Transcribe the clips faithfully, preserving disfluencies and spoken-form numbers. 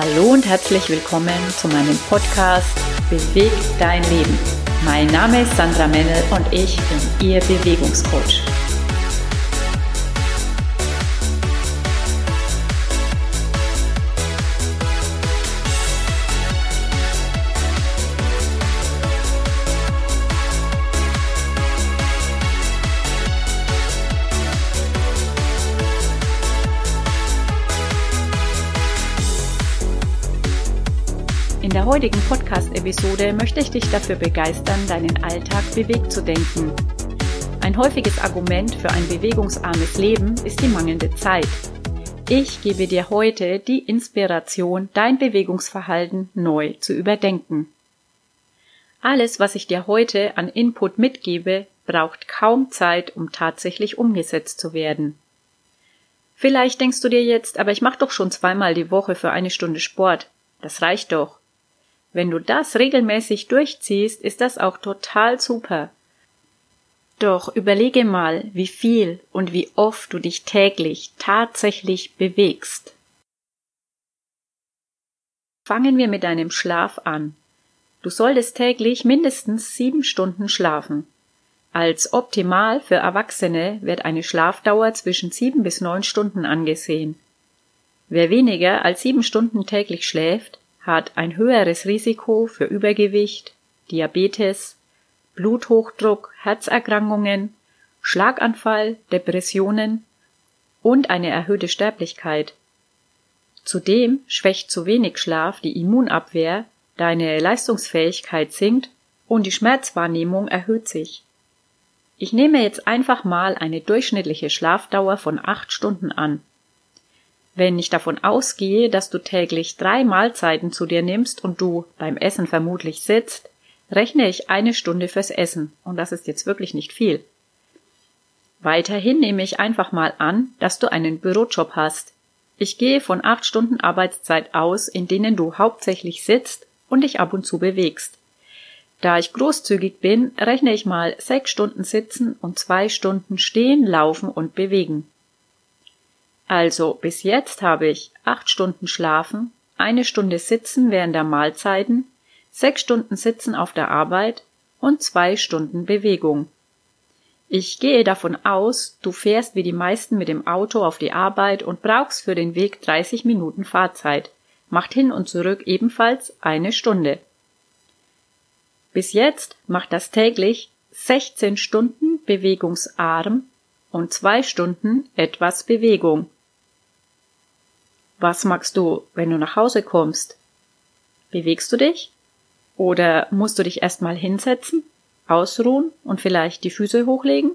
Hallo und herzlich willkommen zu meinem Podcast Beweg dein Leben. Mein Name ist Sandra Mennel und ich bin Ihr Bewegungscoach. In der heutigen Podcast-Episode möchte ich dich dafür begeistern, deinen Alltag bewegt zu denken. Ein häufiges Argument für ein bewegungsarmes Leben ist die mangelnde Zeit. Ich gebe dir heute die Inspiration, dein Bewegungsverhalten neu zu überdenken. Alles, was ich dir heute an Input mitgebe, braucht kaum Zeit, um tatsächlich umgesetzt zu werden. Vielleicht denkst du dir jetzt, aber ich mache doch schon zweimal die Woche für eine Stunde Sport. Das reicht doch. Wenn du das regelmäßig durchziehst, ist das auch total super. Doch überlege mal, wie viel und wie oft du dich täglich tatsächlich bewegst. Fangen wir mit deinem Schlaf an. Du solltest täglich mindestens sieben Stunden schlafen. Als optimal für Erwachsene wird eine Schlafdauer zwischen sieben bis neun Stunden angesehen. Wer weniger als sieben Stunden täglich schläft, hat ein höheres Risiko für Übergewicht, Diabetes, Bluthochdruck, Herzerkrankungen, Schlaganfall, Depressionen und eine erhöhte Sterblichkeit. Zudem schwächt zu wenig Schlaf die Immunabwehr, deine Leistungsfähigkeit sinkt und die Schmerzwahrnehmung erhöht sich. Ich nehme jetzt einfach mal eine durchschnittliche Schlafdauer von acht Stunden an. Wenn ich davon ausgehe, dass du täglich drei Mahlzeiten zu dir nimmst und du beim Essen vermutlich sitzt, rechne ich eine Stunde fürs Essen und das ist jetzt wirklich nicht viel. Weiterhin nehme ich einfach mal an, dass du einen Bürojob hast. Ich gehe von acht Stunden Arbeitszeit aus, in denen du hauptsächlich sitzt und dich ab und zu bewegst. Da ich großzügig bin, rechne ich mal sechs Stunden sitzen und zwei Stunden stehen, laufen und bewegen. Also bis jetzt habe ich acht Stunden schlafen, eine Stunde sitzen während der Mahlzeiten, sechs Stunden sitzen auf der Arbeit und zwei Stunden Bewegung. Ich gehe davon aus, du fährst wie die meisten mit dem Auto auf die Arbeit und brauchst für den Weg dreißig Minuten Fahrzeit, macht hin und zurück ebenfalls eine Stunde. Bis jetzt macht das täglich sechzehn Stunden bewegungsarm und zwei Stunden etwas Bewegung. Was magst du, wenn du nach Hause kommst? Bewegst du dich? Oder musst du dich erstmal hinsetzen, ausruhen und vielleicht die Füße hochlegen?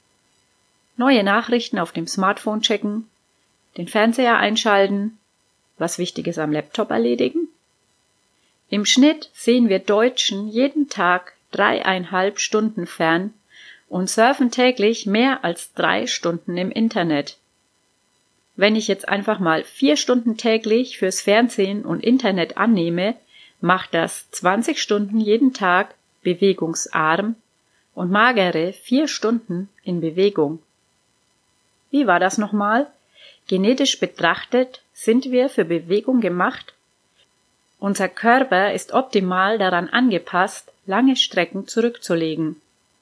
Neue Nachrichten auf dem Smartphone checken, den Fernseher einschalten, was Wichtiges am Laptop erledigen? Im Schnitt sehen wir Deutschen jeden Tag dreieinhalb Stunden fern und surfen täglich mehr als drei Stunden im Internet. Wenn ich jetzt einfach mal vier Stunden täglich fürs Fernsehen und Internet annehme, macht das zwanzig Stunden jeden Tag bewegungsarm und magere vier Stunden in Bewegung. Wie war das nochmal? Genetisch betrachtet sind wir für Bewegung gemacht. Unser Körper ist optimal daran angepasst, lange Strecken zurückzulegen.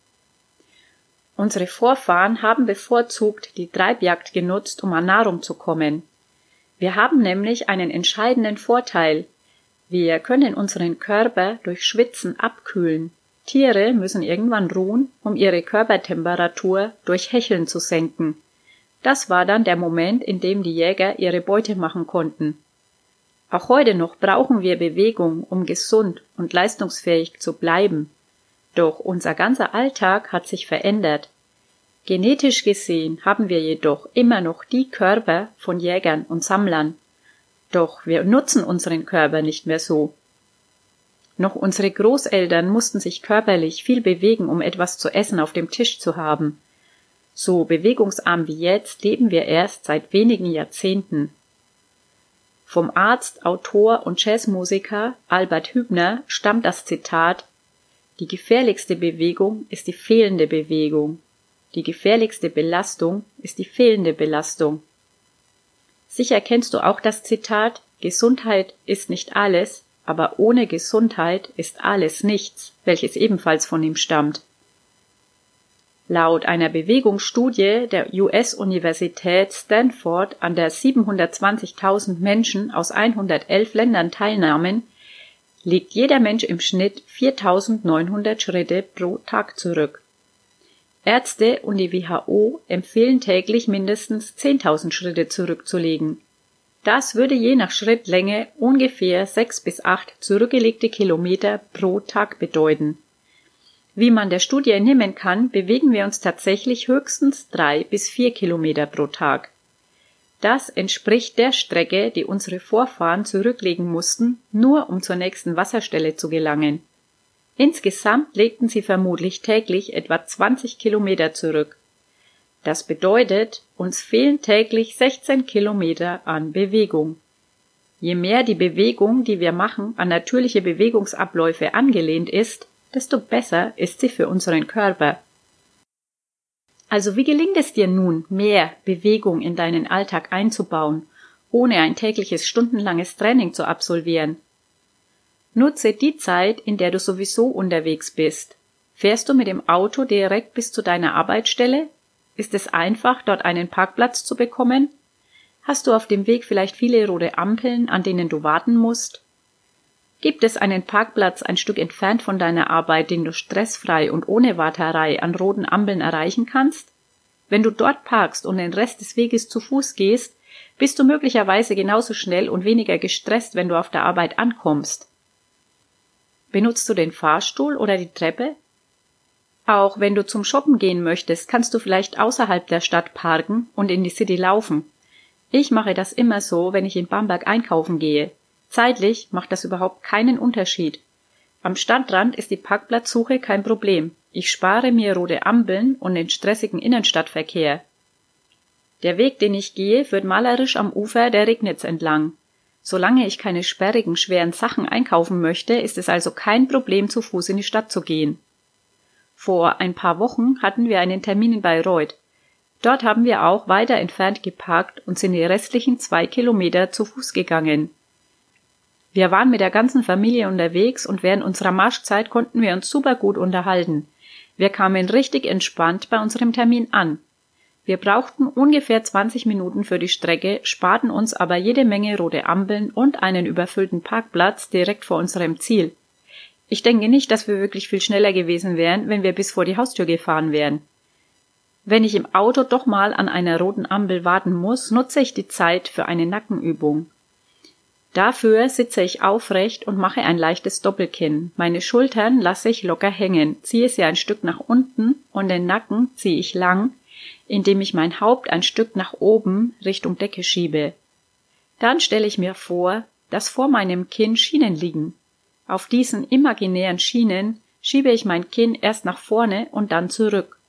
Unsere Vorfahren haben bevorzugt die Treibjagd genutzt, um an Nahrung zu kommen. Wir haben nämlich einen entscheidenden Vorteil. Wir können unseren Körper durch Schwitzen abkühlen. Tiere müssen irgendwann ruhen, um ihre Körpertemperatur durch Hecheln zu senken. Das war dann der Moment, in dem die Jäger ihre Beute machen konnten. Auch heute noch brauchen wir Bewegung, um gesund und leistungsfähig zu bleiben. Doch unser ganzer Alltag hat sich verändert. Genetisch gesehen haben wir jedoch immer noch die Körper von Jägern und Sammlern. Doch wir nutzen unseren Körper nicht mehr so. Noch unsere Großeltern mussten sich körperlich viel bewegen, um etwas zu essen auf dem Tisch zu haben. So bewegungsarm wie jetzt leben wir erst seit wenigen Jahrzehnten. Vom Arzt, Autor und Jazzmusiker Albert Hübner stammt das Zitat: Die gefährlichste Bewegung ist die fehlende Bewegung. Die gefährlichste Belastung ist die fehlende Belastung. Sicher kennst du auch das Zitat: Gesundheit ist nicht alles, aber ohne Gesundheit ist alles nichts, welches ebenfalls von ihm stammt. Laut einer Bewegungsstudie der U S-Universität Stanford, an der siebenhundertzwanzigtausend Menschen aus hundertelf Ländern teilnahmen, legt jeder Mensch im Schnitt viertausendneunhundert Schritte pro Tag zurück. Ärzte und die W H O empfehlen täglich mindestens zehntausend Schritte zurückzulegen. Das würde je nach Schrittlänge ungefähr sechs bis acht zurückgelegte Kilometer pro Tag bedeuten. Wie man der Studie entnehmen kann, bewegen wir uns tatsächlich höchstens drei bis vier Kilometer pro Tag. Das entspricht der Strecke, die unsere Vorfahren zurücklegen mussten, nur um zur nächsten Wasserstelle zu gelangen. Insgesamt legten sie vermutlich täglich etwa zwanzig Kilometer zurück. Das bedeutet, uns fehlen täglich sechzehn Kilometer an Bewegung. Je mehr die Bewegung, die wir machen, an natürliche Bewegungsabläufe angelehnt ist, desto besser ist sie für unseren Körper. Also wie gelingt es dir nun, mehr Bewegung in deinen Alltag einzubauen, ohne ein tägliches stundenlanges Training zu absolvieren? Nutze die Zeit, in der du sowieso unterwegs bist. Fährst du mit dem Auto direkt bis zu deiner Arbeitsstelle? Ist es einfach, dort einen Parkplatz zu bekommen? Hast du auf dem Weg vielleicht viele rote Ampeln, an denen du warten musst? Gibt es einen Parkplatz ein Stück entfernt von deiner Arbeit, den du stressfrei und ohne Warterei an roten Ampeln erreichen kannst? Wenn du dort parkst und den Rest des Weges zu Fuß gehst, bist du möglicherweise genauso schnell und weniger gestresst, wenn du auf der Arbeit ankommst. Benutzt du den Fahrstuhl oder die Treppe? Auch wenn du zum Shoppen gehen möchtest, kannst du vielleicht außerhalb der Stadt parken und in die City laufen. Ich mache das immer so, wenn ich in Bamberg einkaufen gehe. Zeitlich macht das überhaupt keinen Unterschied. Am Stadtrand ist die Parkplatzsuche kein Problem. Ich spare mir rote Ampeln und den stressigen Innenstadtverkehr. Der Weg, den ich gehe, führt malerisch am Ufer der Regnitz entlang. Solange ich keine sperrigen, schweren Sachen einkaufen möchte, ist es also kein Problem, zu Fuß in die Stadt zu gehen. Vor ein paar Wochen hatten wir einen Termin in Bayreuth. Dort haben wir auch weiter entfernt geparkt und sind die restlichen zwei Kilometer zu Fuß gegangen. Wir waren mit der ganzen Familie unterwegs und während unserer Marschzeit konnten wir uns super gut unterhalten. Wir kamen richtig entspannt bei unserem Termin an. Wir brauchten ungefähr zwanzig Minuten für die Strecke, sparten uns aber jede Menge rote Ampeln und einen überfüllten Parkplatz direkt vor unserem Ziel. Ich denke nicht, dass wir wirklich viel schneller gewesen wären, wenn wir bis vor die Haustür gefahren wären. Wenn ich im Auto doch mal an einer roten Ampel warten muss, nutze ich die Zeit für eine Nackenübung. Dafür sitze ich aufrecht und mache ein leichtes Doppelkinn. Meine Schultern lasse ich locker hängen, ziehe sie ein Stück nach unten und den Nacken ziehe ich lang, indem ich mein Haupt ein Stück nach oben Richtung Decke schiebe. Dann stelle ich mir vor, dass vor meinem Kinn Schienen liegen. Auf diesen imaginären Schienen schiebe ich mein Kinn erst nach vorne und dann zurück.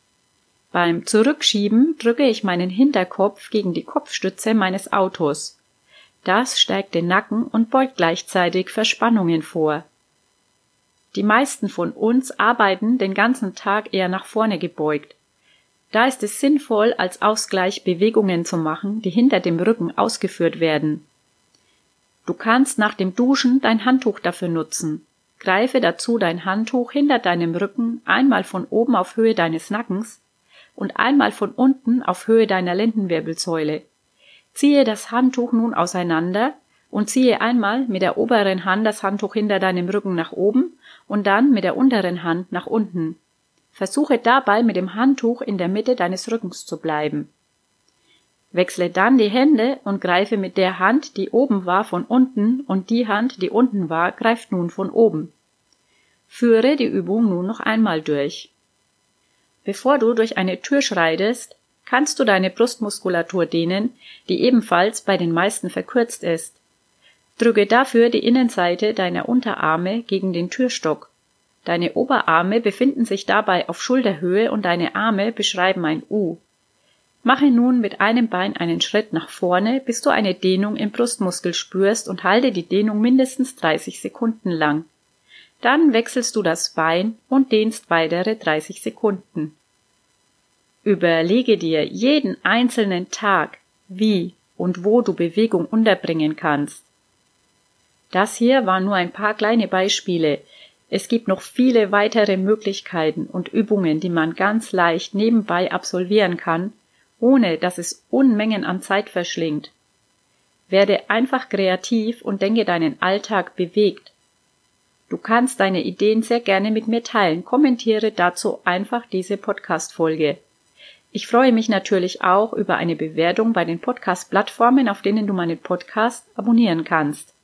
Beim Zurückschieben drücke ich meinen Hinterkopf gegen die Kopfstütze meines Autos. Das stärkt den Nacken und beugt gleichzeitig Verspannungen vor. Die meisten von uns arbeiten den ganzen Tag eher nach vorne gebeugt. Da ist es sinnvoll, als Ausgleich Bewegungen zu machen, die hinter dem Rücken ausgeführt werden. Du kannst nach dem Duschen dein Handtuch dafür nutzen. Greife dazu dein Handtuch hinter deinem Rücken einmal von oben auf Höhe deines Nackens und einmal von unten auf Höhe deiner Lendenwirbelsäule. Ziehe das Handtuch nun auseinander und ziehe einmal mit der oberen Hand das Handtuch hinter deinem Rücken nach oben und dann mit der unteren Hand nach unten. Versuche dabei mit dem Handtuch in der Mitte deines Rückens zu bleiben. Wechsle dann die Hände und greife mit der Hand, die oben war, von unten und die Hand, die unten war, greift nun von oben. Führe die Übung nun noch einmal durch. Bevor du durch eine Tür schreitest, kannst du deine Brustmuskulatur dehnen, die ebenfalls bei den meisten verkürzt ist. Drücke dafür die Innenseite deiner Unterarme gegen den Türstock. Deine Oberarme befinden sich dabei auf Schulterhöhe und deine Arme beschreiben ein U. Mache nun mit einem Bein einen Schritt nach vorne, bis du eine Dehnung im Brustmuskel spürst und halte die Dehnung mindestens dreißig Sekunden lang. Dann wechselst du das Bein und dehnst weitere dreißig Sekunden. Überlege dir jeden einzelnen Tag, wie und wo du Bewegung unterbringen kannst. Das hier waren nur ein paar kleine Beispiele. Es gibt noch viele weitere Möglichkeiten und Übungen, die man ganz leicht nebenbei absolvieren kann, ohne dass es Unmengen an Zeit verschlingt. Werde einfach kreativ und denke deinen Alltag bewegt. Du kannst deine Ideen sehr gerne mit mir teilen. Kommentiere dazu einfach diese Podcast-Folge. Ich freue mich natürlich auch über eine Bewertung bei den Podcast-Plattformen, auf denen du meinen Podcast abonnieren kannst.